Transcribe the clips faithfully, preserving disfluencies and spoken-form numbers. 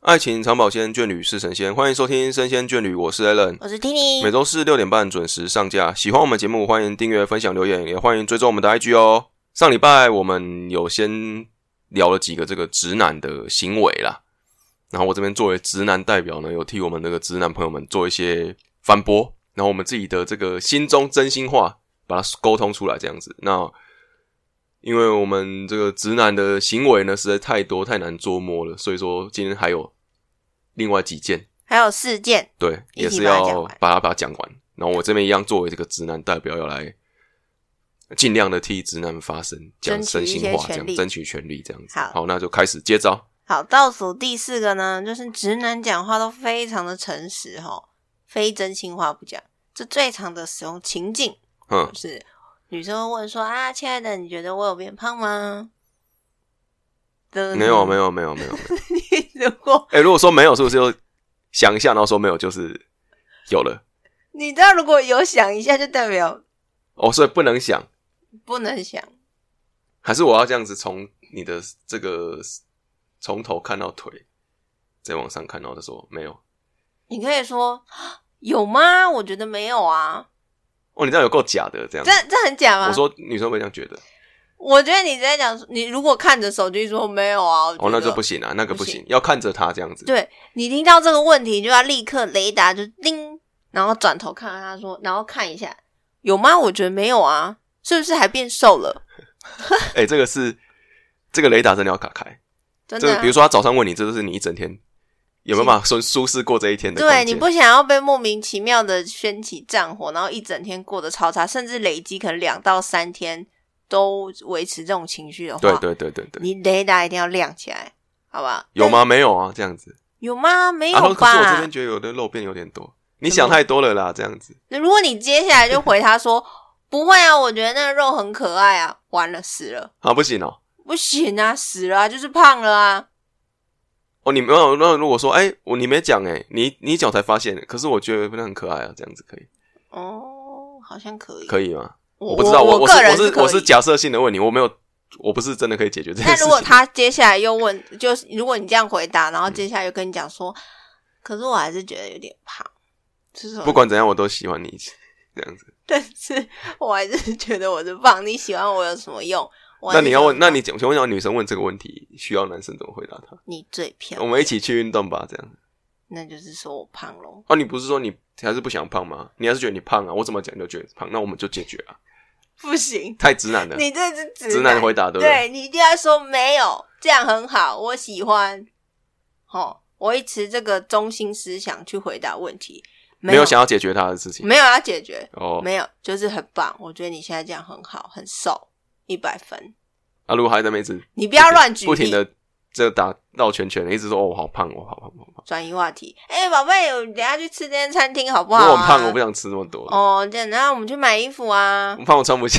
爱情长保鲜，眷侣是神仙。欢迎收听生鲜眷侣，我是 Alan， 我是 Tini， 每周四六点半准时上架。喜欢我们节目，欢迎订阅、分享、留言，也欢迎追踪我们的 I G 哦。上礼拜我们有先聊了几个这个直男的行为啦，然后我这边作为直男代表呢，有替我们这个直男朋友们做一些反驳，然后我们自己的这个心中真心话把它沟通出来这样子。那因为我们这个直男的行为呢实在太多太难捉摸了，所以说今天还有另外几件， 还有四件， 对，也是要把它把它讲完。然后我这边一样作为这个直男代表，要来尽量的替直男发声，讲真心话，这样争取权利，这样子。 好， 好，那就开始接招。 好，倒数第四个呢，就是直男讲话都非常的诚实齁，非真心话不讲。这最常的使用情境，嗯，就是女生会问说啊，亲爱的，你觉得我有变胖吗？ 没有，没有，没有，没有。 你如果哎、欸，如果说没有，是不是就想一下，然后说没有，就是有了？ 你知道，如果有想一下，就代表哦，所以不能想， 不能想。 还是我要这样子从你的这个从头看到腿，再往上看到的说没有？ 你可以说有吗？我觉得没有啊。 哦，你这样有够假的，这样这这很假吗？ 我说女生会这样觉得。 我觉得你在讲，你如果看着手机说没有啊， 哦，那就不行啊，那个不行，要看着他这样子。 对，你听到这个问题就要立刻雷达就叮，然后转头看看他说，然后看一下有吗？我觉得没有啊，是不是还变瘦了？ 哎、欸，这个是这个雷达真的要打开， 真的、啊。 这个比如说他早上问你，这就是你一整天有没有办法舒舒适过这一天的关键。 对，你不想要被莫名其妙的掀起战火，然后一整天过得超差，甚至累积可能两到三天。都维持这种情绪的话， 对对对对对， 你雷达一定要亮起来，好吧？ 有吗？没有啊，这样子有吗？没有吧？ 啊、可是我这边觉得有的肉变有点多，你想太多了啦，这样子。 如果你接下来就回他说不会啊，我觉得那个肉很可爱啊，完了死了啊，不行哦， 不行啊，死了啊，就是胖了啊。 哦，你没有，那如果说，哎、欸，我你没讲哎、欸，你你讲才发现，可是我觉得那很可爱啊，这样子可以？ 哦，好像可以， 可以吗？ 我我不知道，我我个人是我是我是假设性的问你，我没有，我不是真的可以解决这件事情。 但如果他接下来又问，就是如果你这样回答，然后接下来又跟你讲说、嗯，可是我还是觉得有点胖，就是不管怎样我都喜欢你这样子， 但是我还是觉得我是胖，你喜欢我有什么用？ 那你要问，那你请问一下女生问这个问题，需要男生怎么回答她？ 你最漂亮， 我们一起去运动吧，这样。 那就是说我胖咯。 哦，你不是说你还是不想胖吗？你还是觉得你胖啊？我怎么讲就觉得胖，那我们就解决啊。 不行， 太直男了。 你这是直男， 直男回答对不对？ 对，你一定要说没有，这样很好，我喜欢。齁，我一持这个中心思想去回答问题，没有, 没有想要解决他的事情， 没有要解决， 哦， 没有，就是很棒。我觉得你现在这样很好，很瘦，一百分。 啊，如果还在那一直， 你不要乱举例， 不停的这打绕圈圈，一直说哦，我好胖，我好胖，我好胖。 转移话题，哎、欸，宝贝，我等一下去吃这间餐厅好不好、啊？ 如果我胖，我不想吃那么多。 哦，这样，然后我们去买衣服啊。 我胖，我穿不下。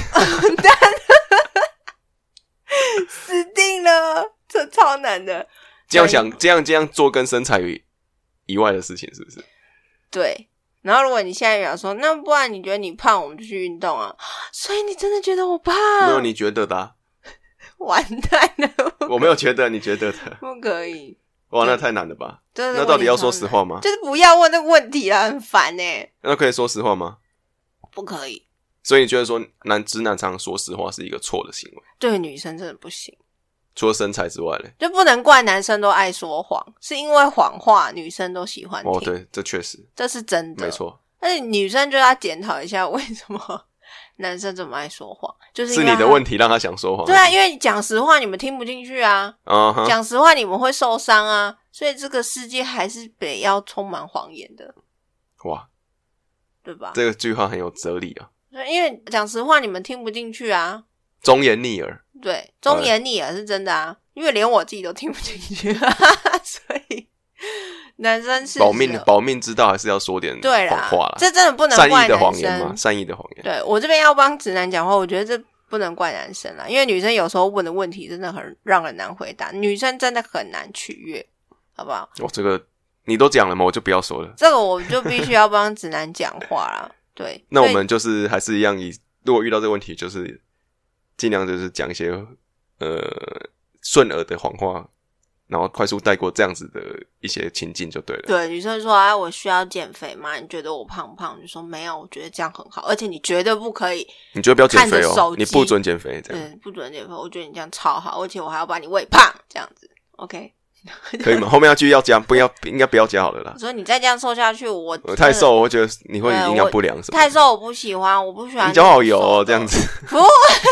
死定了，这超难的。 这样想，这样这样做跟身材以外的事情，是不是？ 对。然后如果你现在想说，那不然你觉得你胖，我们就去运动啊。所以你真的觉得我胖？ 没有，你觉得的、啊。 完蛋了！ 我没有觉得，你觉得的。 不可以。 哇，那太难了吧？那到底要说实话吗？ 就是不要问那个问题啦，很烦欸。 那可以说实话吗？ 不可以。 所以你觉得说男直男常说实话是一个错的行为？ 对女生真的不行。 除了身材之外嘞， 就不能怪男生都爱说谎，是因为谎话女生都喜欢听。 哦，对，这确实， 这是真的， 没错。 但是女生就要检讨一下，为什么男生这么爱说谎？就是是你的问题，让他想说谎。 对啊，因为讲实话你们听不进去啊，讲、uh-huh. 实话你们会受伤啊，所以这个世界还是得要充满谎言的。 哇， 对吧？ 这个句话很有哲理啊。 因为讲实话你们听不进去啊。 忠言逆耳。 对，忠言逆耳是真的啊，因为连我自己都听不进去，所以男生是保命保命之道还是要说点谎话啦。 这真的不能怪男生。 善意的谎言嘛，善意的谎言。 对，我这边要帮直男讲话，我觉得这不能怪男生啦，因为女生有时候问的问题真的很让人难回答，女生真的很难取悦，好不好？ 哦，这个你都讲了嘛，我就不要说了。 这个我就必须要帮直男讲话啦。对， 那我们就是还是一样以，如果遇到这个问题，就是尽量就是讲一些呃顺耳的谎话然后快速带过这样子的一些情境就对了。 对，女生说啊，我需要减肥吗？你觉得我胖不胖？你说没有，我觉得这样很好，而且你绝对不可以， 你绝对不要减肥哦，你不准减肥，这样对，不准减肥。我觉得你这样超好，而且我还要把你喂胖，这样子 ，OK。 可以吗？后面要继续要加，不要应该不要加好了啦。 所以你再这样瘦下去，我我太瘦，我觉得你会营养不良什么。 太瘦我不喜欢，我不喜欢。 你脚好油哦，这样子。 不会，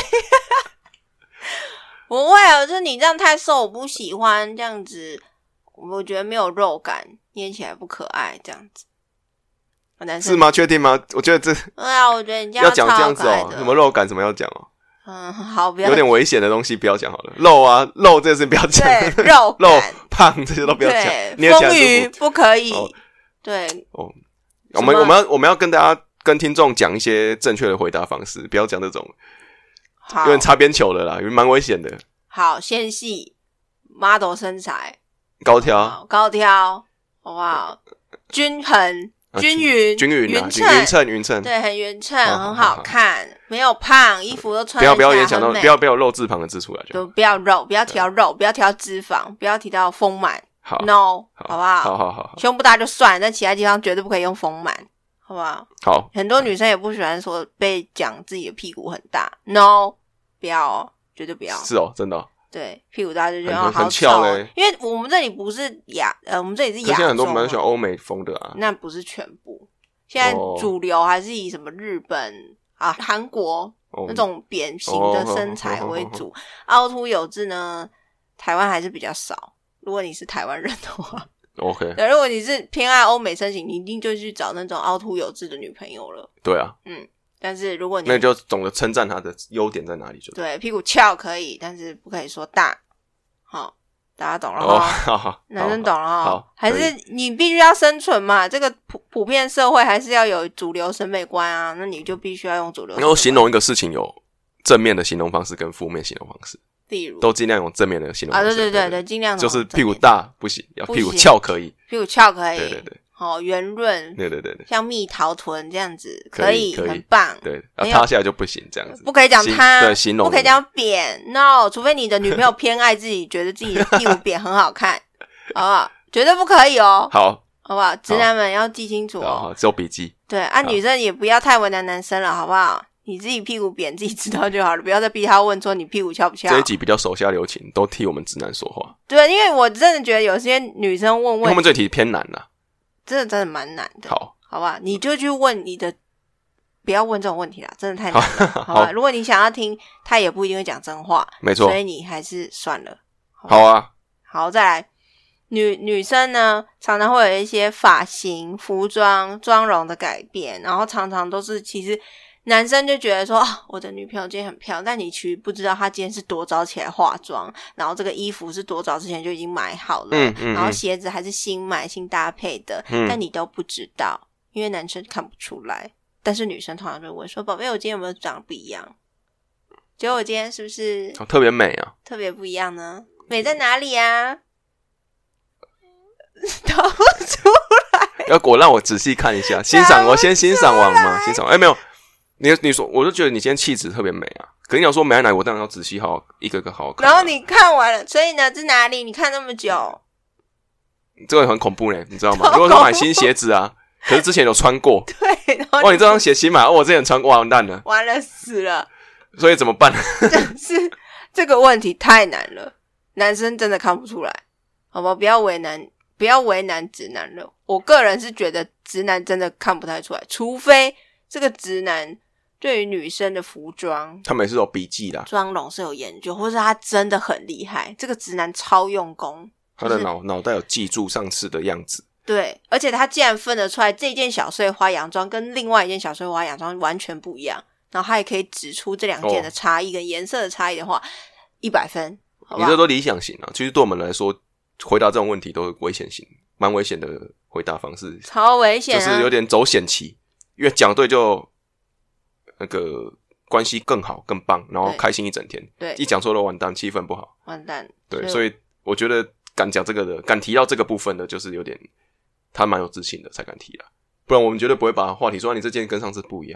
不会啊！就是你这样太瘦，我不喜欢这样子，我觉得没有肉感，捏起来不可爱，这样子。 是吗？确定吗？我觉得这对啊，我觉得你这样要讲这样子哦，什么肉感什么要讲哦。 嗯，好，不要有点危险的东西不要讲好了，肉啊肉这个是不要讲， 对，肉肉胖这些都不要讲， 丰腴不可以，哦、对哦，我们我们要我们要跟大家跟听众讲一些正确的回答方式，不要讲这种有点擦边球的啦，因为蛮危险的。 好，纤细 model 身材， 高挑高挑，好不好？均衡。均匀、 均匀、 匀称、 匀称、匀称， 对，很匀称，很好看，没有胖，衣服都穿得不要不要也讲到，不要不要肉字旁的字出来就， 不要肉，不要提到肉，不要提到脂肪，不要提到丰满， 好 ，no， 好不好？ 好好好， 胸部大就算，但其他地方绝对不可以用丰满，好不好？ 好， 很多女生也不喜欢说被讲自己的屁股很大 ，no， 不要哦，绝对不要， 是哦，真的、哦。 对，屁股大就觉得很好翘嘞， 因为我们这里不是亚，呃，我们这里是亚洲， 现在很多蛮喜欢欧美风的啊， 那不是全部。现在主流还是以什么日本啊、韩国、哦、那种扁形的身材为主，凹凸有致呢，台湾还是比较少。如果你是台湾人的话 ，OK， 对，如果你是偏爱欧美身形，你一定就去找那种凹凸有致的女朋友了。 对啊， 嗯，但是如果你那你就懂得称赞她的优点在哪里就对， 对，屁股翘可以，但是不可以说大，好。大家懂了哦， 哈， 好， 男生懂了哈， 好， 还是你必须要生存嘛？这个普普遍社会还是要有主流审美观啊，那你就必须要用主流审美观。 然后形容一个事情有正面的形容方式跟负面形容方式， 例如都尽量用正面的形容方式。 啊，对对对对，尽量就是屁股大不行，要屁股翘可以， 屁股翘可以， 对对对， 好圆润， 对对对对， 像蜜桃臀这样子可以， 可以很棒。 对，要塌下来就不行，这样子不可以讲塌， 对，形容不可以讲扁 ，no， 除非你的女朋友偏爱自己，觉得自己的屁股扁很好看，好不好？绝对不可以哦。 好， 好不好？直男们要记清楚哦。 好，只有笔记。 对啊，女生也不要太为难男生了，好不好？你自己屁股扁自己知道就好了，不要再逼他问说你屁股翘不翘。 这一集比较手下留情，都替我们直男说话。 对，因为我真的觉得有些女生问问题， 他们这题偏难啦， 真的真的蛮难的。 好， 好吧，你就去问你的，不要问这种问题啦，真的太难了。好吧，如果你想要听，他也不一定会讲真话， 没错， 所以你还是算了。好, 好啊， 好，再来。女女生呢，常常会有一些发型、服装、妆容的改变，然后常常都是其实男生就觉得说啊，我的女朋友今天很漂亮，但你其实不知道她今天是多早起来化妆，然后这个衣服是多早之前就已经买好了， 嗯嗯嗯， 然后鞋子还是新买新搭配的，嗯，但你都不知道，因为男生看不出来，但是女生通常就会问说，宝贝，我今天有没有长得不一样？结果我今天是不是、 哦、特别美啊？ 特别不一样呢？美在哪里啊？逃不出来， 要我让我仔细看一下，欣赏我先欣赏完嘛，欣赏。哎、欸，没有，你你说，我就觉得你今天气质特别美啊。可是你要说美在哪里，我当然要仔细好好一个个好好看、啊。 然后你看完了，所以呢，在哪里？你看那么久， 这个很恐怖呢，你知道吗？如果说买新鞋子啊，可是之前有穿过， 对，然后哇，你这双鞋新买，哦，我之前穿过，完蛋了， 完了死了。 所以怎么办？ 就是这个问题太难了，男生真的看不出来，好吧？不要为难。不要为难直男了，我个人是觉得直男真的看不太出来，除非这个直男对于女生的服装， 他们也是有笔记啦， 妆容是有研究，或是他真的很厉害，这个直男超用功， 他的脑脑袋有记住上次的样子， 对，而且他竟然分得出来这件小碎花洋装跟另外一件小碎花洋装完全不一样，然后他也可以指出这两件的差异跟颜色的差异的话，一百分，好不好？ 你这都理想型啊，其实对我们来说。回答这种问题都是危险性，蛮危险的回答方式， 超危险、啊， 就是有点走险棋，因为讲对就那个关系更好更棒，然后开心一整天。 对， 一讲错都完蛋，气氛不好， 完蛋。 对，所以, 所以我觉得敢讲这个的，敢提到这个部分的，就是有点他蛮有自信的才敢提啦，不然我们绝对不会把话题说、啊、你这件跟上次不一样，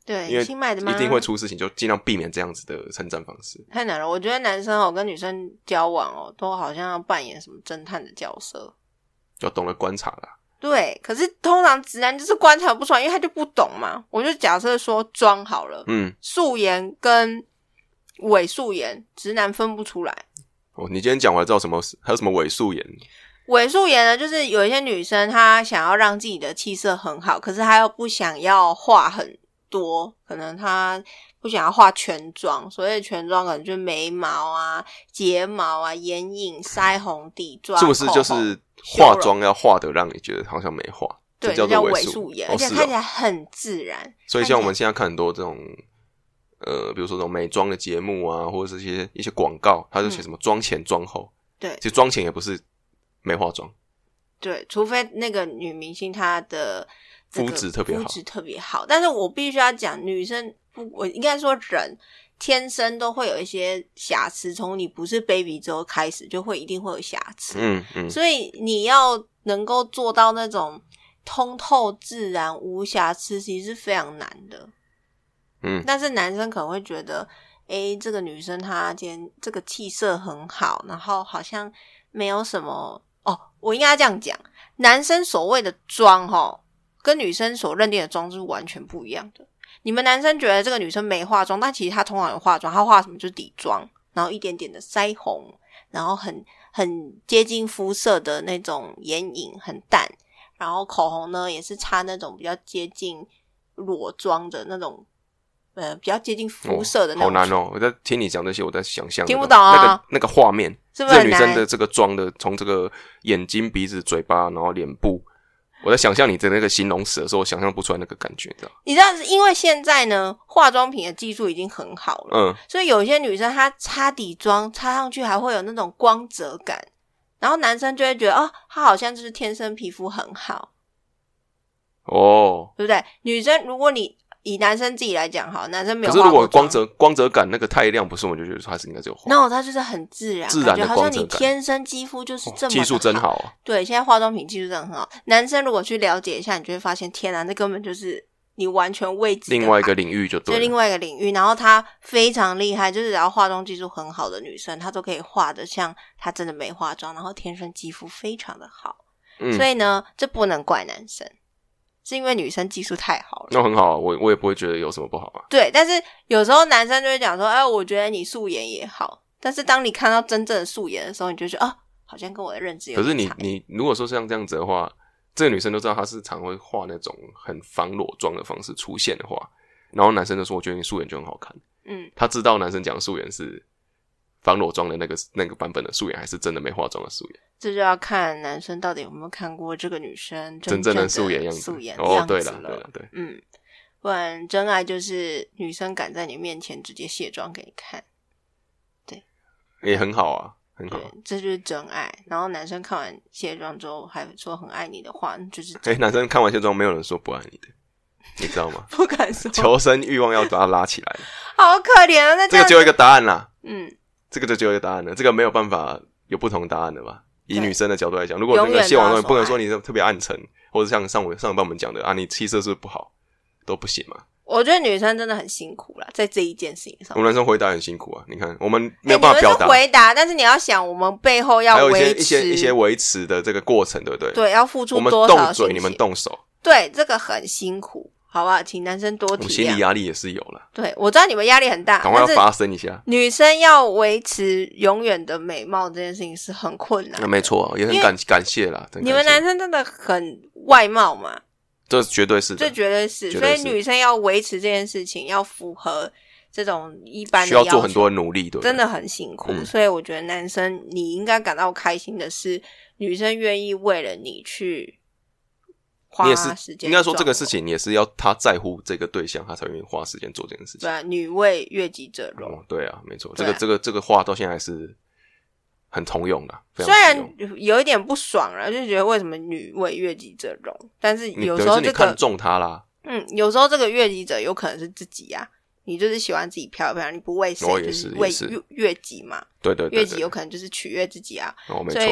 对， 因为新买的吗？ 一定会出事情，就尽量避免这样子的称赞方式。 太难了，我觉得男生哦跟女生交往哦，都好像要扮演什么侦探的角色， 要懂得观察啦。 对，可是通常直男就是观察不出来，因为他就不懂嘛。我就假设说妆好了，嗯，素颜跟伪素颜，直男分不出来。 哦，你今天讲完知道什么？还有什么伪素颜？ 伪素颜呢，就是有一些女生她想要让自己的气色很好，可是她又不想要画很多，可能她不想要画全妆，所以全妆可能就是眉毛啊、睫毛啊、眼影、腮红、底妆， 是不是就是化妆要画的让你觉得好像没画？ 对， 这叫伪素颜， 哦、 而且看起来很自然。哦、 所以像我们现在看很多这种呃，比如说这种美妆的节目啊，或者是一些一些广告，它就写什么妆前妆后。 对， 其实妆前也不是没化妆。 对，除非那个女明星她的肤质特别好， 肤质特别好。但是我必须要讲，女生不，我应该说人天生都会有一些瑕疵，从你不是 baby 之后开始，就会一定会有瑕疵。嗯嗯，所以你要能够做到那种通透自然无瑕疵，其实是非常难的。嗯，但是男生可能会觉得，诶，这个女生她今天这个气色很好，然后好像没有什么哦，我应该这样讲，男生所谓的妆齁，跟女生所认定的妆是完全不一样的。你们男生觉得这个女生没化妆，但其实她通常有化妆，她化什么就是底妆，然后一点点的腮红，然后很很接近肤色的那种眼影，很淡，然后口红呢也是擦那种比较接近裸妆的那种。呃，比较接近肤色的那种、 哦、好难哦！我在听你讲这些，我在想象、那個、 听不懂啊、 那个那个画面， 是不是很难？ 这个女生的这个妆的，从这个眼睛、鼻子、嘴巴，然后脸部，我在想象你的那个形容词的时候，我想象不出来那个感觉，知道？ 你知道，因为现在呢，化妆品的技术已经很好了，嗯，所以有一些女生她擦底妆，擦上去还会有那种光泽感，然后男生就会觉得哦，她好像就是天生皮肤很好，哦，对不对？女生如果你以男生自己来讲好，男生没有化过妆， 可是如果光泽光泽感那个太亮，不是我就觉得他是应该只有化。 no， 他就是很自然， 自然的光泽感， 好像你天生肌肤就是这么的好、哦、 技术真好啊！ 对，现在化妆品技术真的很好。男生如果去了解一下，你就会发现，天啊，那根本就是你完全未知的另外一个领域就对了， 就另外一个领域。然后他非常厉害，就是只要化妆技术很好的女生，她都可以画的像她真的没化妆，然后天生肌肤非常的好。嗯、所以呢，这不能怪男生。是因为女生技术太好了， 那很好啊，我我也不会觉得有什么不好啊。 对，但是有时候男生就会讲说，哎，我觉得你素颜也好，但是当你看到真正的素颜的时候，你就觉得啊，好像跟我的认知有点差。 可是你你如果说像这样子的话，这个女生都知道她是常会画那种很防裸妆的方式出现的话，然后男生就说，我觉得你素颜就很好看。嗯，他知道男生讲素颜是防裸妆的那个那个版本的素颜，还是真的没化妆的素颜？ 这就要看男生到底有没有看过这个女生真正的素颜样子。 素颜哦，对了，对了，对， 嗯，不然真爱就是女生敢在你面前直接卸妆给你看，对， 也很好啊，很好， 这就是真爱。然后男生看完卸妆之后还说很爱你的话，就是哎、欸，男生看完卸妆没有人说不爱你的，你知道吗？ 不敢说， 求生欲望要把它拉起来， 好可怜啊！那这个只有一个答案啦，嗯，这个就只有一个答案了，这个没有办法有不同答案的吧？以女生的角度来讲，如果这个卸完妆，不能说你特别暗沉，或者像上我上一半我们讲的啊，你气色是不是不好，都不行嘛。 我觉得女生真的很辛苦啦，在这一件事情上。 我们男生回答很辛苦啊，你看我们没有办法表达、 欸、回答，但是你要想，我们背后要维持一些一些一些维持的这个过程，对不对？ 对，要付出多少？ 我们动嘴，你们动手， 对，这个很辛苦。好不好？请男生多体谅。我们心理压力也是有啦。 对，我知道你们压力很大， 赶快要发生一下。 女生要维持永远的美貌这件事情是很困难的。 那没错，也很感感谢啦。 你们男生真的很外貌嘛？ 这绝对是的， 这绝对是。所以女生要维持这件事情，要符合这种一般的需要做很多努力，对， 真的很辛苦。嗯、所以我觉得男生你应该感到开心的是，女生愿意为了你去。 你也是应该说这个事情，你也是要他在乎这个对象，他才愿意花时间做这件事情。 对啊，女为悦己者容、 哦。对啊，没错，这个这个这个话到现在还是很通用的。 虽然有一点不爽了，就觉得为什么女为悦己者容，但是有时候这个你看中他啦。 嗯，有时候这个悦己者有可能是自己啊，你就是喜欢自己漂亮，你不为谁， 哦、 就是为悦己嘛。 对 对, 对, 对, 对， 悦己有可能就是取悦自己啊。 哦，没错。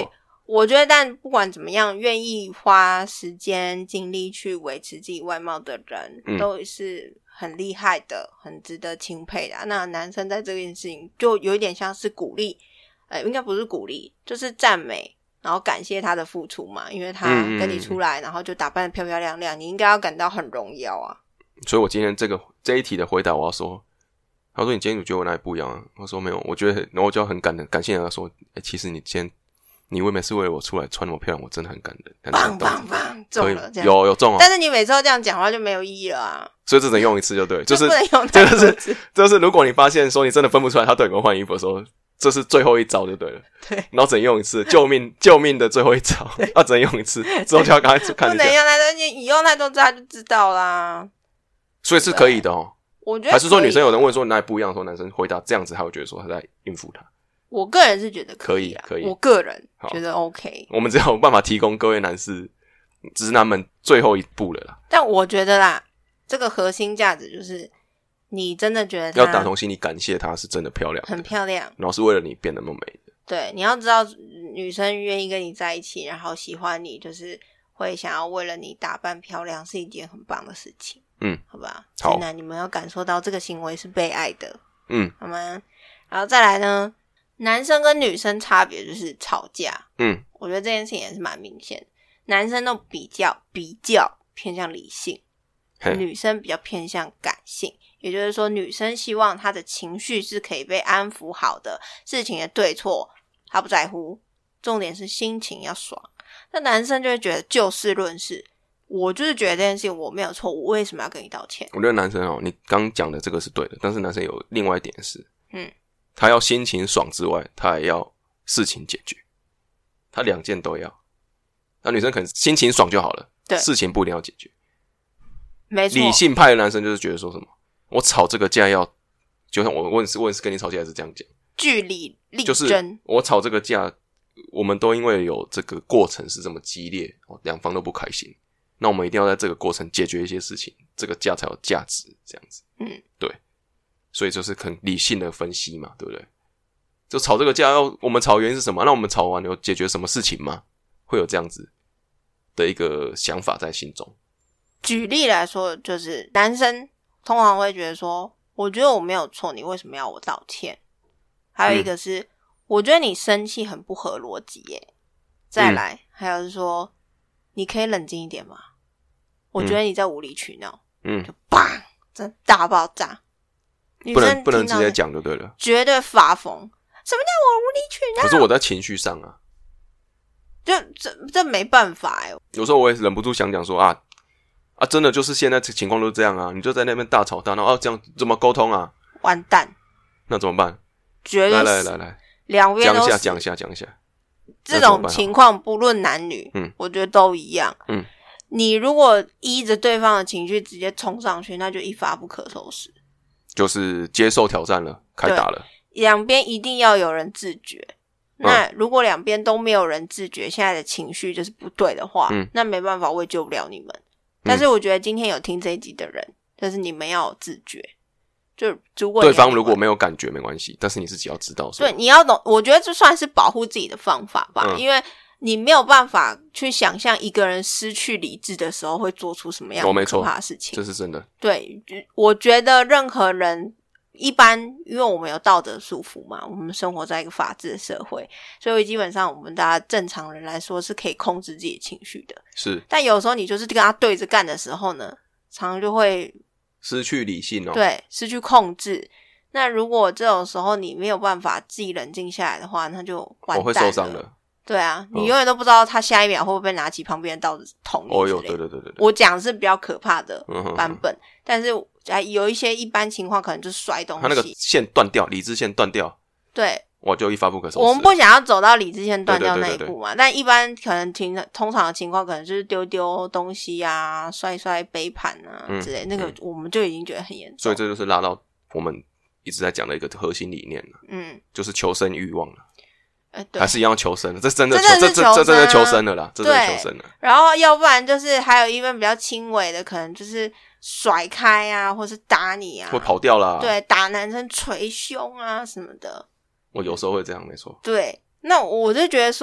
我觉得但不管怎么样，愿意花时间精力去维持自己外貌的人、嗯、都是很厉害的，很值得钦佩的。那男生在这件事情就有一点像是鼓励，呃，应该不是鼓励，就是赞美，然后感谢他的付出嘛，因为他跟你出来、嗯、然后就打扮得漂漂亮亮，你应该要感到很荣耀啊。 所以我今天这个这一题的回答我要说，他说你今天你觉得我哪里不一样啊？我说没有，我觉得，然后我就要很感感谢他说，欸、其实你今天你为每次为了我出来穿那么漂亮，我真的很感人。 棒棒棒，中了，这样有有中哦。 但是你每次都这样讲话就没有意义了啊。 所以这只能用一次就对了，就是不能用太多次。 这是这是如果你发现说你真的分不出来他对你换衣服的时候，这是最后一招就对了。 对， 然后只能用一次，救命救命的最后一招，啊，只能用一次，之后就要赶快看一下。 不能用太多，你用太多次他就知道啦。 所以是可以的哦。 我觉得还是说女生有人问说哪里不一样的时候，男生回答这样子，他会觉得说他在应付他。 我个人是觉得可以，可以，可以。 我个人觉得 OK。 我们只有办法提供各位男士、直男们最后一步了啦。 但我觉得啦，这个核心价值就是你真的觉得他要打从心里感谢他是真的漂亮， 很漂亮， 然后是为了你变得那么美的。 对，你要知道女生愿意跟你在一起，然后喜欢你，就是会想要为了你打扮漂亮，是一件很棒的事情。 嗯， 好吧， 好， 所以呢，你们要感受到这个行为是被爱的。 嗯， 好吗？然后再来呢，男生跟女生差别就是吵架。 嗯， 我觉得这件事情也是蛮明显的。男生都比较比较偏向理性，女生比较偏向感性。也就是说，女生希望她的情绪是可以被安抚好的，事情的对错她不在乎，重点是心情要爽。那男生就会觉得就事论事。我就是觉得这件事情我没有错，我为什么要跟你道歉？ 我觉得男生哦，你刚讲的这个是对的，但是男生有另外一点是， 嗯， 他要心情爽之外，他也要事情解决，他两件都要。那女生可能心情爽就好了， 对， 事情不一定要解决。 没错， 理性派的男生就是觉得说什么，我吵这个架要，就像我问是问是跟你吵架也是这样讲， 据理力争， 就是我吵这个架，我们都因为有这个过程是这么激烈，两方都不开心。那我们一定要在这个过程解决一些事情，这个价才有价值，这样子。 嗯， 对，所以就是很理性的分析嘛，对不对？就吵这个架，要我们吵原因是什么？那我们吵完有解决什么事情吗？会有这样子的一个想法在心中。 举例来说，就是男生通常会觉得说，我觉得我没有错，你为什么要我道歉？还有一个是，嗯、我觉得你生气很不合逻辑耶。再来，嗯、还有是说，你可以冷静一点吗？我觉得你在无理取闹，嗯，就砰，真大爆炸。 不能不能直接讲就对了， 绝对发疯。什么叫我无理取闹？ 可是我在情绪上啊， 就这这没办法哎。 有时候我也忍不住想讲说啊啊，真的就是现在情况都是这样啊，你就在那边大吵大闹啊，这样怎么沟通啊？ 完蛋， 那怎么办？ 绝对来来来来， 两边都讲一下讲一下讲一下。 这种情况不论男女，嗯，我觉得都一样， 嗯。 你如果依着对方的情绪直接冲上去，那就一发不可收拾。 就是接受挑战了，开打了。 两边一定要有人自觉。嗯、那如果两边都没有人自觉，现在的情绪就是不对的话，嗯、那没办法，我也救不了你们。但是我觉得今天有听这一集的人，就是你们要有自觉。就如果对方如果没有感觉没关系，但是你自己要知道。 对，你要懂。我觉得这算是保护自己的方法吧，嗯、因为你没有办法去想象一个人失去理智的时候会做出什么样的可怕的事情。 哦、这是真的。 对，我觉得任何人一般，因为我们有道德束缚嘛，我们生活在一个法治的社会，所以基本上我们大家正常人来说是可以控制自己的情绪的。 是， 但有时候你就是跟他对着干的时候呢，常常就会失去理性哦。 对，失去控制。那如果这种时候你没有办法自己冷静下来的话，那就完蛋了。 我会受伤的。 对啊，你永远都不知道他下一秒会不会拿起旁边的刀子捅你之类的。哦哟， 对对对对对。 我讲的是比较可怕的版本， 嗯、 但是有一些一般情况可能就是摔东西， 他那个线断掉，理智线断掉， 对， 我就一发不可收拾。 我们不想要走到理智线断掉那一步嘛，但一般可能情通常的情况可能就是丢丢东西啊，摔摔杯盘啊、嗯、之类，那个我们就已经觉得很严重。 所以这就是拉到我们一直在讲的一个核心理念了， 嗯， 就是求生欲望了。 欸、对， 还是一样求生，这真的求这这这这真的求生了啦，这真的求生了。 然后要不然就是还有一份比较轻微的，可能就是甩开啊，或是打你啊， 会跑掉啦。 对，打男生捶胸啊什么的。 我有时候会这样，没错。 对，那我就觉得说，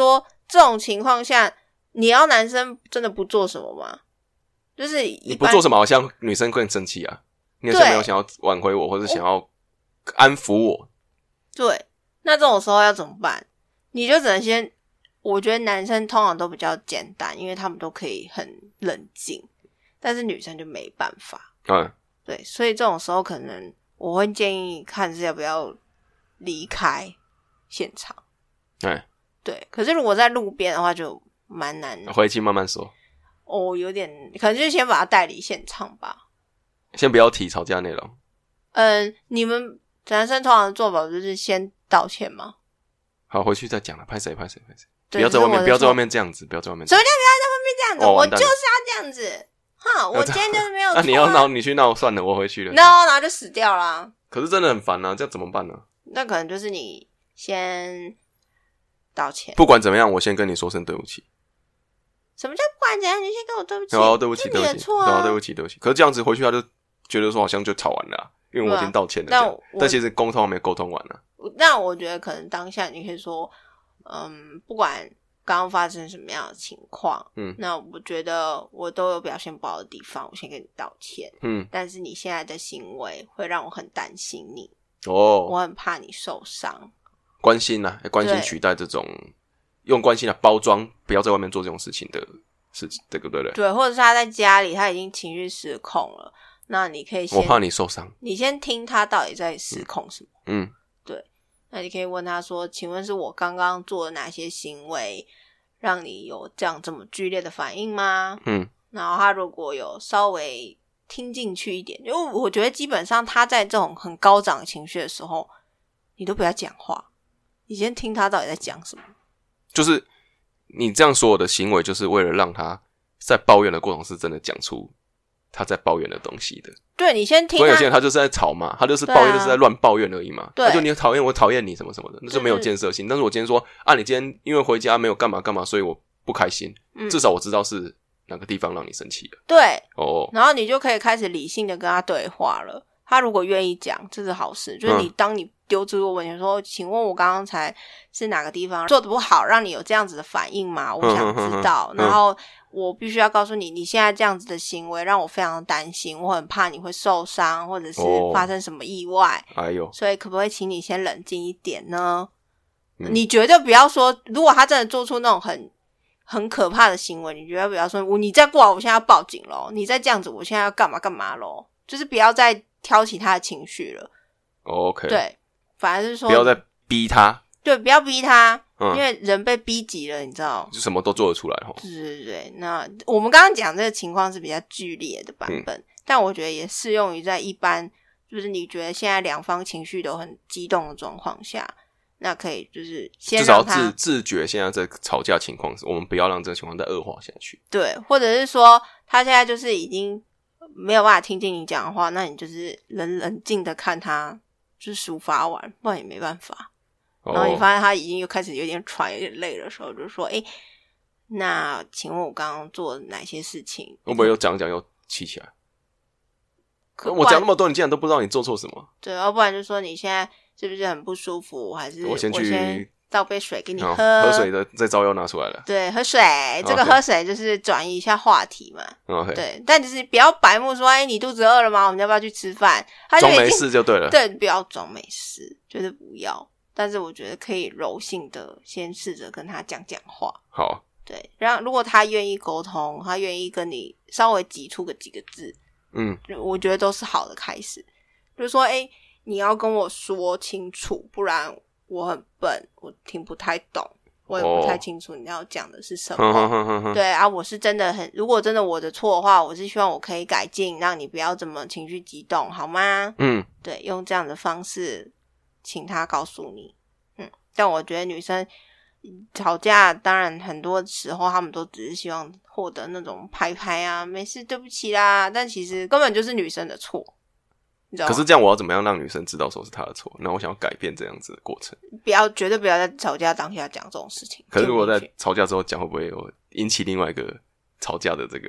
这种情况下，你要男生真的不做什么吗？就是你不做什么，好像女生更生气啊。你好像没有想要挽回我，或者想要安抚我。 对，那这种时候要怎么办？你就只能先，我觉得男生通常都比较简单，因为他们都可以很冷静，但是女生就没办法。 嗯， 对，所以这种时候可能我会建议看是要不要离开现场。 哎， 对，可是如果在路边的话就蛮难的。 回去慢慢说。 哦，有点可能就是先把他带离现场吧。 先不要提吵架内容。 嗯，你们男生通常的做法就是先道歉吗？ 好，回去再讲了。拍谁拍谁拍谁，不要在外面，不要在外面这样子，不要在外面。 什么叫不要在外面这样子？ 哦、 我就是要这样子。哈，我今天就是没有错、啊。 那、啊、你要闹，你去闹算了，我回去了。 闹，然后就死掉啦。 可是真的很烦啊，这样怎么办呢？ 那可能就是你先道歉。 不管怎么样，我先跟你说声对不起。 什么叫不管怎样，你先跟我对不起？ 哦，对不起，对不起， 错啊， 对不起，对不起。可是这样子回去，他就觉得说好像就吵完了、啊，因为我已经道歉了这样。 啊、 但, 但其实沟通还没沟通完呢、啊。 那我觉得可能当下你可以说，嗯，不管刚刚发生什么样的情况，嗯，那我觉得我都有表现不好的地方，我先跟你道歉，嗯，但是你现在的行为会让我很担心你，哦，我很怕你受伤。 关心啊，关心取代这种用关心来包装，不要在外面做这种事情的事情，对不对？ 对，或者是他在家里他已经情绪失控了，那你可以先， 我怕你受伤， 你先听他到底在失控什么， 嗯， 对，那你可以问他说，请问是我刚刚做了哪些行为让你有这样这么剧烈的反应吗？嗯，然后他如果有稍微听进去一点，因为我觉得基本上他在这种很高涨的情绪的时候，你都不要讲话，你先听他到底在讲什么。 就是你这样所有的行为，就是为了让他在抱怨的过程是真的讲出他在抱怨的东西的。 对，你先听他。 所以有些人他就是在吵嘛，他就是抱怨，就是在乱抱怨而已嘛。 对， 就你讨厌我，讨厌你什么什么的，那就没有建设性。但是我今天说啊，你今天因为回家没有干嘛干嘛，所以我不开心。嗯、至少我知道是哪个地方让你生气了。 对， 哦， 然后你就可以开始理性的跟他对话了。他如果愿意讲，这是好事。就是你当你丢出这个问题说，请问我刚刚才是哪个地方做得不好，让你有这样子的反应吗？我想知道。然后我必须要告诉你，你现在这样子的行为让我非常担心，我很怕你会受伤，或者是发生什么意外。 哎呦， 所以可不可以请你先冷静一点呢？嗯、你绝对不要说，如果他真的做出那种很很可怕的行为，你绝对不要说，我你再过来，我现在要报警咯，你再这样子，我现在要干嘛干嘛咯，就是不要再挑起他的情绪了。 OK， 对，反而是说不要再逼他， 对，不要逼他，嗯、因为人被逼急了，你知道， 就什么都做得出来齁。 对对对，那我们刚刚讲这个情况是比较剧烈的版本，嗯、但我觉得也适用于在一般，就是你觉得现在两方情绪都很激动的状况下，那可以就是先让他至少自自觉现在这吵架情况，我们不要让这个情况再恶化下去。 对，或者是说他现在就是已经没有办法听进你讲的话，那你就是冷冷静的看他就是抒发完，不然也没办法。然后你发现他已经又开始有点喘有点累的时候，就说诶，那请问我刚刚做了哪些事情？ 会不会又讲讲又气起来？我讲那么多，你竟然都不知道你做错什么？ 对，要不然就说你现在是不是很不舒服？还是我先去倒杯水给你喝， 哦、喝水的这招又拿出来了。 对，喝水，这个喝水就是转移一下话题嘛。 Okay. 对，但就是不要白目说，哎，你肚子饿了吗？我们要不要去吃饭？ 装没事就对了。 对，不要装没事，绝对不要。但是我觉得可以柔性的先试着跟他讲讲话。 好， 对，让如果他愿意沟通，他愿意跟你稍微挤出个几个字，嗯，我觉得都是好的开始。就是说，哎，你要跟我说清楚，不然我很笨，我听不太懂，我也不太清楚你要讲的是什么。哦、对啊，我是真的很，如果真的我的错的话，我是希望我可以改进，让你不要这么情绪激动，好吗？嗯，对，用这样的方式。请他告诉你，嗯，但我觉得女生吵架，当然很多时候他们都只是希望获得那种拍拍啊，没事，对不起啦，但其实根本就是女生的错，你知道吗？ 可是这样，我要怎么样让女生知道说是她的错？那我想要改变这样子的过程， 不要，绝对不要在吵架当下讲这种事情。 可是如果在吵架之后讲，会不会有引起另外一个吵架的这个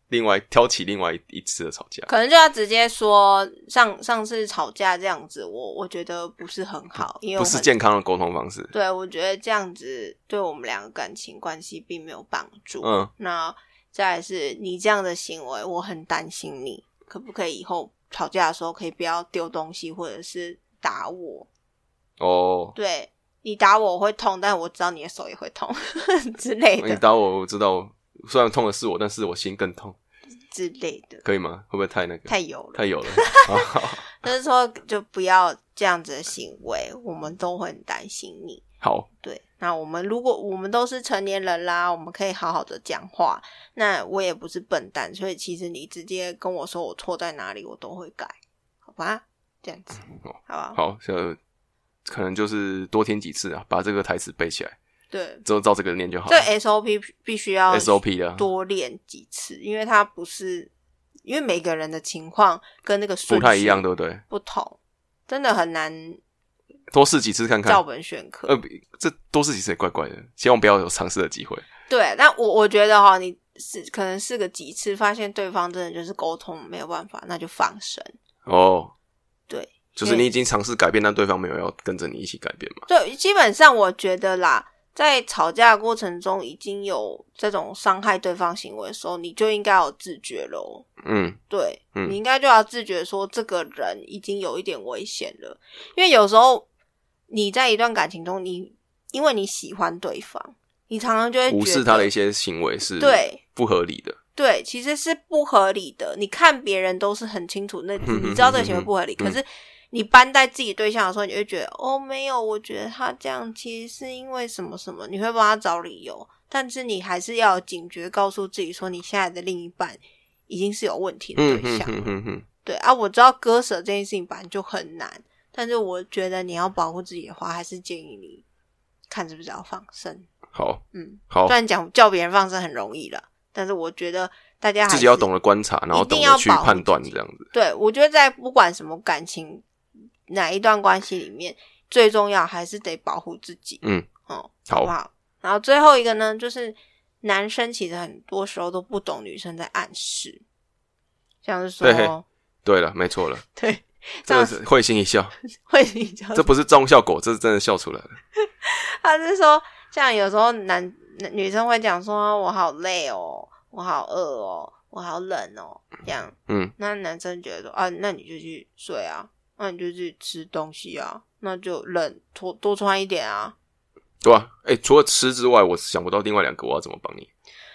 另外挑起另外一次的吵架， 可能就要直接说上上次吵架这样子，我我觉得不是很好，因为不是健康的沟通方式。 对，我觉得这样子对我们两个感情关系并没有帮助。嗯，那再来是你这样的行为，我很担心你，可不可以以后吵架的时候可以不要丢东西或者是打我？哦，对，你打我我会痛，但我知道你的手也会痛之类的。 你打我，我知道，虽然痛的是我，但是我心更痛。 之类的， 可以吗？会不会太那个？ 太油了， 太油了。 就是说，就不要这样子的行为，我们都会很担心你。 好， 对，那我们如果我们都是成年人啦，我们可以好好的讲话。那我也不是笨蛋，所以其实你直接跟我说我错在哪里，我都会改，好吧？这样子，好吧？ 好，就可能就是多听几次啊，把这个台词背起来。 对， 之后照这个念就好了。 这 S O P 必须要 S O P 的多练几次，因为它不是，因为每个人的情况跟那个顺序不太一样，对不对？ 不同，真的很难。 多试几次看看， 照本宣科。 呃，这多试几次也怪怪的，希望不要有尝试的机会。 对，但我我觉得哈，你是可能试个几次，发现对方真的就是沟通没有办法，那就放生。 哦， 对， 就是你已经尝试改变，但对方没有要跟着你一起改变嘛？ 对，基本上我觉得啦。在吵架的过程中已经有这种伤害对方行为的时候，你就应该有自觉咯。嗯，对，嗯，你应该就要自觉说这个人已经有一点危险了。因为有时候你在一段感情中，你因为你喜欢对方，你常常就会觉得无视他的一些行为是对不合理的。 对，其实是不合理的。你看别人都是很清楚，那你知道这个行为不合理，可是你搬在自己对象的时候，你会觉得哦，没有，我觉得他这样其实是因为什么什么，你会帮他找理由，但是你还是要有警觉，告诉自己说，你现在的另一半已经是有问题的对象了。嗯嗯嗯嗯、对啊，我知道割舍这件事情本来就很难，但是我觉得你要保护自己的话，还是建议你看是不是要放生。 好， 嗯， 好， 虽然讲叫别人放生很容易啦，但是我觉得大家还是自己要懂得观察，然后懂得去判断这样子。 对，我觉得在不管什么感情。哪一段关系里面最重要还是得保护自己。嗯，哦，好不好？然后最后一个呢，就是男生其实很多时候都不懂女生在暗示，像是说， 对，对了，没错了， 对， 这个是会心一笑， 会心一笑， 这不是综效果，这是真的笑出来了。 他是说，像有时候男女生会讲说，我好累哦，我好饿哦，我好冷哦，这样，嗯，那男生觉得说，啊，那你就去睡啊。那你就去吃东西啊，那就冷多多穿一点啊， 对啊，欸，除了吃之外，我想不到另外两个我要怎么帮你。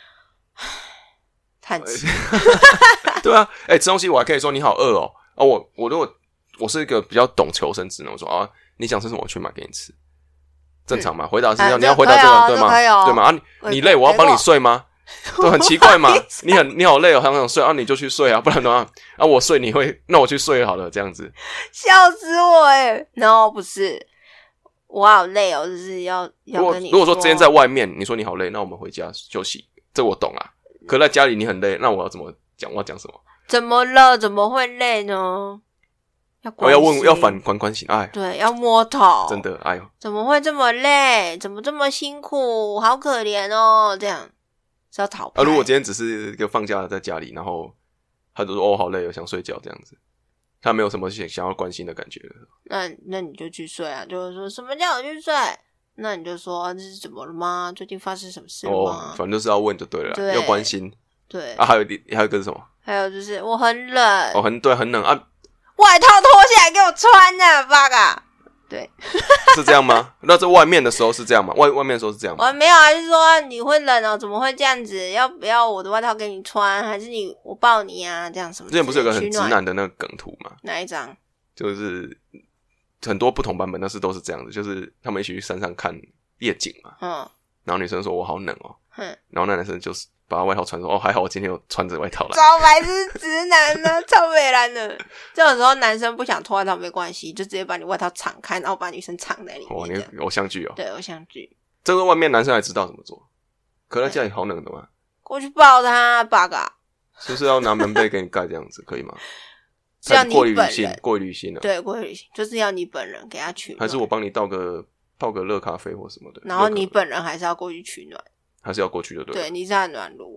叹气。 对啊，欸，吃东西我还可以说你好饿哦，啊，我我如果我是一个比较懂求生之人，我说啊，你想吃什么我去买给你吃，正常嘛？嗯，回答是要，啊，你要回答这个，哦，对吗？对吗？啊，你你累我要帮你睡吗？都很奇怪嘛，你很你好累哦，很想睡啊，你就去睡啊，不然的话啊，我睡你会，那我去睡好了，这样子， 笑死我哎 ！No， 不是，我好累哦，就是要要跟你说。 如果说之前在外面，你说你好累，那我们回家休息，这我懂啊。可在家里你很累，那我要怎么讲？我要讲什么？ 怎么了？怎么会累呢？要关心， 我要问，要反关关心，哎， 对，要摸头， 真的，哎呦， 怎么会这么累？怎么这么辛苦？好可怜哦，这样。是要讨拍啊！ 如果今天只是一个放假在家里，然后他就说哦好累哦想睡觉这样子，他没有什么想要关心的感觉了。 那那你就去睡啊！就是说什么叫我去睡？那你就说这是怎么了吗？最近发生什么事吗？ 哦，反正就是要问就对了，对，要关心。 对啊，还有还有一个是什么？ 还有就是我很冷， 哦很对很冷啊， 外套脱下来给我穿啊 ，bug 啊！对， 是这样吗？那在外面的时候是这样吗？外外面的时候是这样吗？ 我没有啊，就是说你会冷哦，怎么会这样子？要不要我的外套给你穿？还是你我抱你啊？这样什么？ 之前不是有个很直男的那个梗图吗？ 哪一张？ 就是很多不同版本，但是都是这样子，就是他们一起去山上看夜景嘛。嗯。然后女生说我好冷哦。嗯。然后那男生就是把外套穿说哦还好我今天有穿着外套来。 超白痴直男呢，超北蓝的。这种时候男生不想脱外套没关系，就直接把你外套敞开，然后把女生藏在里面。 哇，你偶像剧哦。 对，偶像剧。 这个外面男生还知道怎么做，可在家里好冷的嘛。 过去抱他 ，bug 啊。 是不是要拿棉被给你盖这样子，可以吗？是要你本人过于理性，过于理性了。 对，过于理性，就是要你本人给他取暖。 还是我帮你倒个泡个热咖啡或什么的。 然后你本人还是要过去取暖。 还是要过去就对了。 对，你是他的暖炉。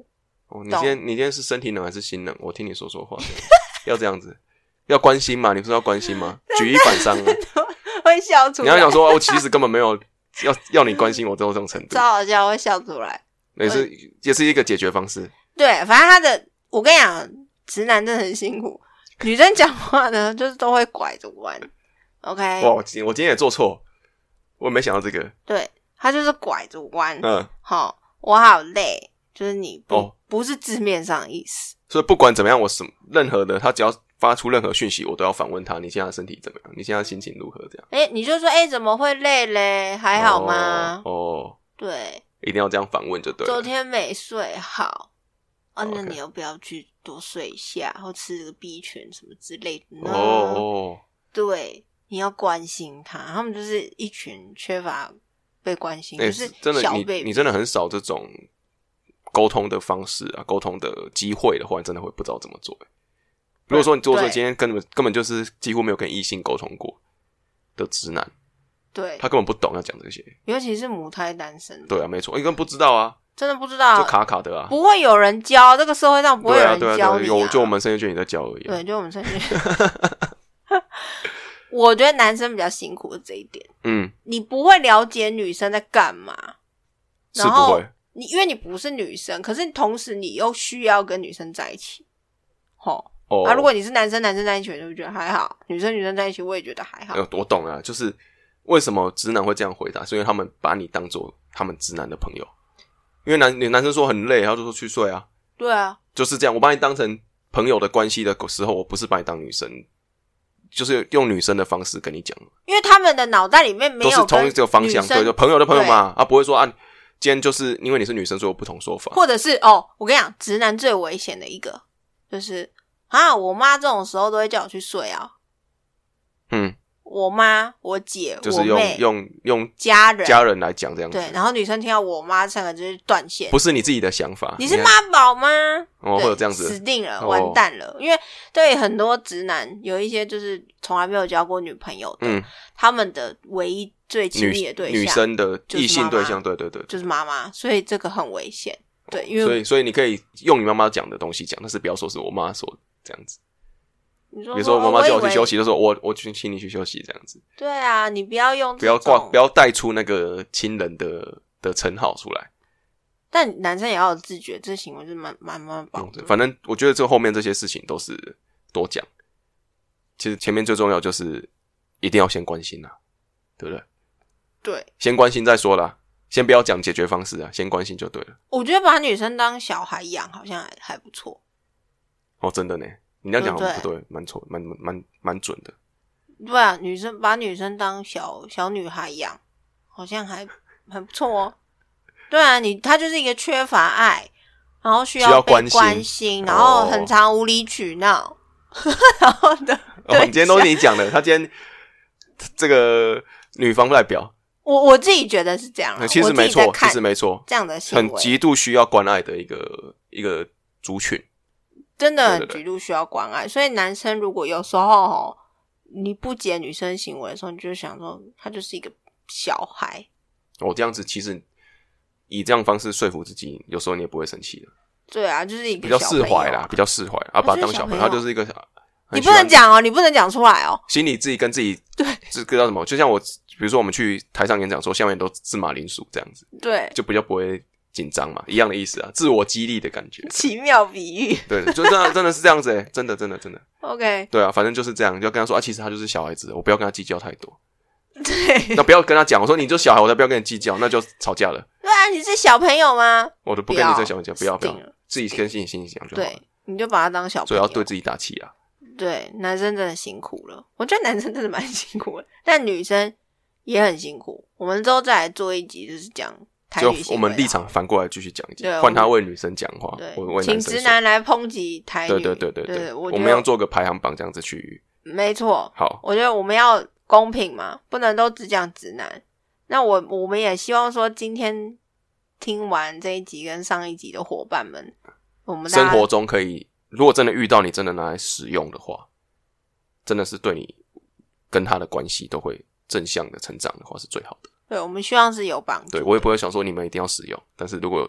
哦，你今天你今天是身体冷还是心冷？我听你说说话，要这样子，要关心嘛？你不是要关心吗？举一反三啊！ 会笑出来。 你要想说，我其实根本没有要要你关心我到这种程度， 超好笑，会笑出来。 也是也是一个解决方式。 对，反正他的，我跟你讲，直男真的很辛苦。女生讲话呢，就是都会拐着弯。OK， 哇，我今天也做错，我没想到这个。 对，他就是拐着弯。 嗯， 好，我好累，就是你不、 哦、 不是字面上的意思。 所以不管怎么样，我什任何的，他只要发出任何讯息，我都要反问他：你现在身体怎么样？你现在心情如何？这样。 哎，你就说，哎，怎么会累嘞？还好吗？ 哦，哦对， 一定要这样反问就对了。 昨天没睡好。啊，那 Okay. 你要不要去多睡一下，或吃个 B 群什么之类的呢？ 哦哦， 对，你要关心他，他们就是一群缺乏被关心， 欸、 就是真的小 baby 你你真的很少这种沟通的方式啊，沟通的机会的话，你真的会不知道怎么做。如果说你做说今天根本根本就是几乎没有跟异性沟通过的直男， 对， 他根本不懂要讲这些， 尤其是母胎单身。 对啊，没错，你根本不知道啊。 真的不知道， 就卡卡的啊， 不会有人教，这个社会上不会有人教你、啊。 对啊，对啊，对啊，有就我们升学卷也在教而已、啊。 对，就我们升学卷。我觉得男生比较辛苦的这一点， 嗯， 你不会了解女生在干嘛， 是不会。 你因为你不是女生，可是同时你又需要跟女生在一起，吼。哦。啊，如果你是男生，男生在一起，我就觉得还好；女生，女生在一起，我也觉得还好。 呃、我懂了，就是为什么直男会这样回答，是因为他们把你当做他们直男的朋友。因为男男生说很累，他就说去睡啊。 对啊， 就是这样。我把你当成朋友的关系的时候，我不是把你当女生，就是用女生的方式跟你讲。 因为他们的脑袋里面没有都是同一个方向，对，就朋友的朋友嘛，啊，不会说啊，今天就是因为你是女生，所以有不同说法。 或者是哦，我跟你讲，直男最危险的一个就是啊，我妈这种时候都会叫我去睡啊。嗯。我妈、我姐、 就是用我妹用用家人家人来讲这样子， 对。然后女生听到我妈三个就是断线， 不是你自己的想法， 你是妈宝吗？ 哦，会有这样子， 死定了，完蛋了。哦、因为对很多直男有一些就是从来没有交过女朋友的，嗯，他们的唯一最亲密的对象， 女, 女生的异性对象，对对对， 就是妈妈，所以这个很危险。对，因为所以所以你可以用你妈妈讲的东西讲，但是不要说是我妈说这样子。 你说比如说，妈妈叫我去休息的时候，我我去请你去休息，这样子。 对啊，你不要用不要挂，不要带出那个亲人的的称号出来。 但男生也要有自觉，这行为是蛮蛮蛮棒的。 反正我觉得这后面这些事情都是多讲。其实前面最重要就是一定要先关心啦，对不对？ 对， 先关心再说啦，先不要讲解决方式啊，先关心就对了。 我觉得把女生当小孩养好像还还不错。 哦，真的呢。你那讲不对，蛮错，蛮蛮蛮准的。 对啊，女生把女生当小小女孩养，好像还还不错哦。对啊，你她就是一个缺乏爱，然后需要被关心，关心然后很常无理取闹，哦、然后的。 哦，你今天都是你讲的，她今天这个女方代表， 我我自己觉得是这样。 其实没错，其实没错， 这样的行为很极度需要关爱的一个一个族群。 真的很极度需要关爱，所以男生如果有时候哦，你不解女生行为的时候，你就想说他就是一个小孩。 哦，这样子其实以这样方式说服自己，有时候你也不会生气的。 对啊，就是一个比较释怀啦，比较释怀啊，把他当小朋友，他就是一个。 你不能讲哦，你不能讲出来哦。 心里自己跟自己对， 这个叫什么？就像我，比如说我们去台上演讲说，下面都是马铃薯这样子， 对， 就比较不会紧张嘛，一样的意思啊，自我激励的感觉。 奇妙比喻。 对，就真的真的是这样子诶、欸，真的真的真的。 OK。 对啊，反正就是这样，就要跟他说啊，其实他就是小孩子，我不要跟他计较太多。 对。 那不要跟他讲，我说你就小孩，我才不要跟你计较，那就吵架了。 对啊，你是小朋友吗？ 我都不跟你这小朋友讲，不要不要，自己跟心里心里讲就好了。 对，你就把他当小朋友， 所以要对自己打气啊。 对，男生真的辛苦了，我觉得男生真的蛮辛苦的，但女生也很辛苦。我们之后再来做一集，就是讲台女， 就我们立场反过来继续讲一集，换他为女生讲话，我为男生请直男来抨击台女。 对对对对 对, 对， 我我们要做个排行榜，这样子去。 没错， 好， 我觉得我们要公平嘛，不能都只讲直男。那我我们也希望说，今天听完这一集跟上一集的伙伴们，我们生活中可以。如果真的遇到你真的拿来使用的话，真的是对你跟他的关系都会正向的成长的话是最好的。 对，我们希望是有帮助。 对，我也不会想说你们一定要使用，但是如果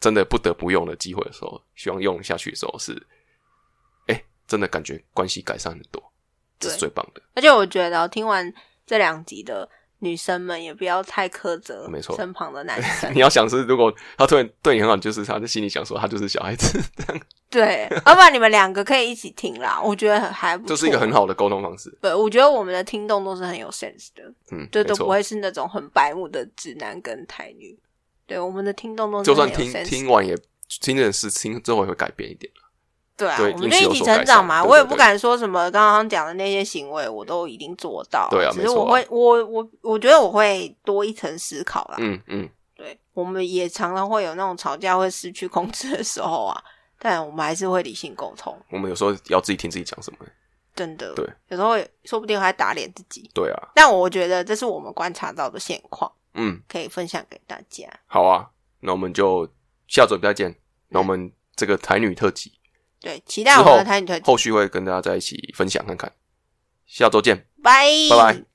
真的不得不用的机会的时候，希望用下去的时候是，哎、欸，真的感觉关系改善很多，这是最棒的。 而且我觉得听完这两集的女生们也不要太苛责身旁的男生。 你要想是，如果他突然对你很好，就是他在心里想说他就是小孩子这样。 对，要不然你们两个可以一起听啦，我觉得还不错。 这是一个很好的沟通方式。 对，我觉得我们的听众都是很有 sense 的， 嗯， 就都不会是那种很白目的直男跟台女。对，我们的听众都是很有 sense 的。 就算听听完也听的是听之后也会改变一点。 对啊，对，我们就一起成长嘛。我也不敢说什么刚刚讲的那些行为我都一定做到， 对啊， 只是我会，啊、我我我觉得我会多一层思考啦。 嗯嗯， 对，我们也常常会有那种吵架会失去控制的时候啊，但我们还是会理性沟通。 我们有时候要自己听自己讲什么， 真的， 对， 有时候说不定还打脸自己。 对啊， 但我觉得这是我们观察到的现况， 嗯， 可以分享给大家。 好啊，那我们就下周再见。那我们这个台女特辑。 对，期待我们的台女特辑， 后续会跟大家在一起分享看看。下周见， 拜拜拜。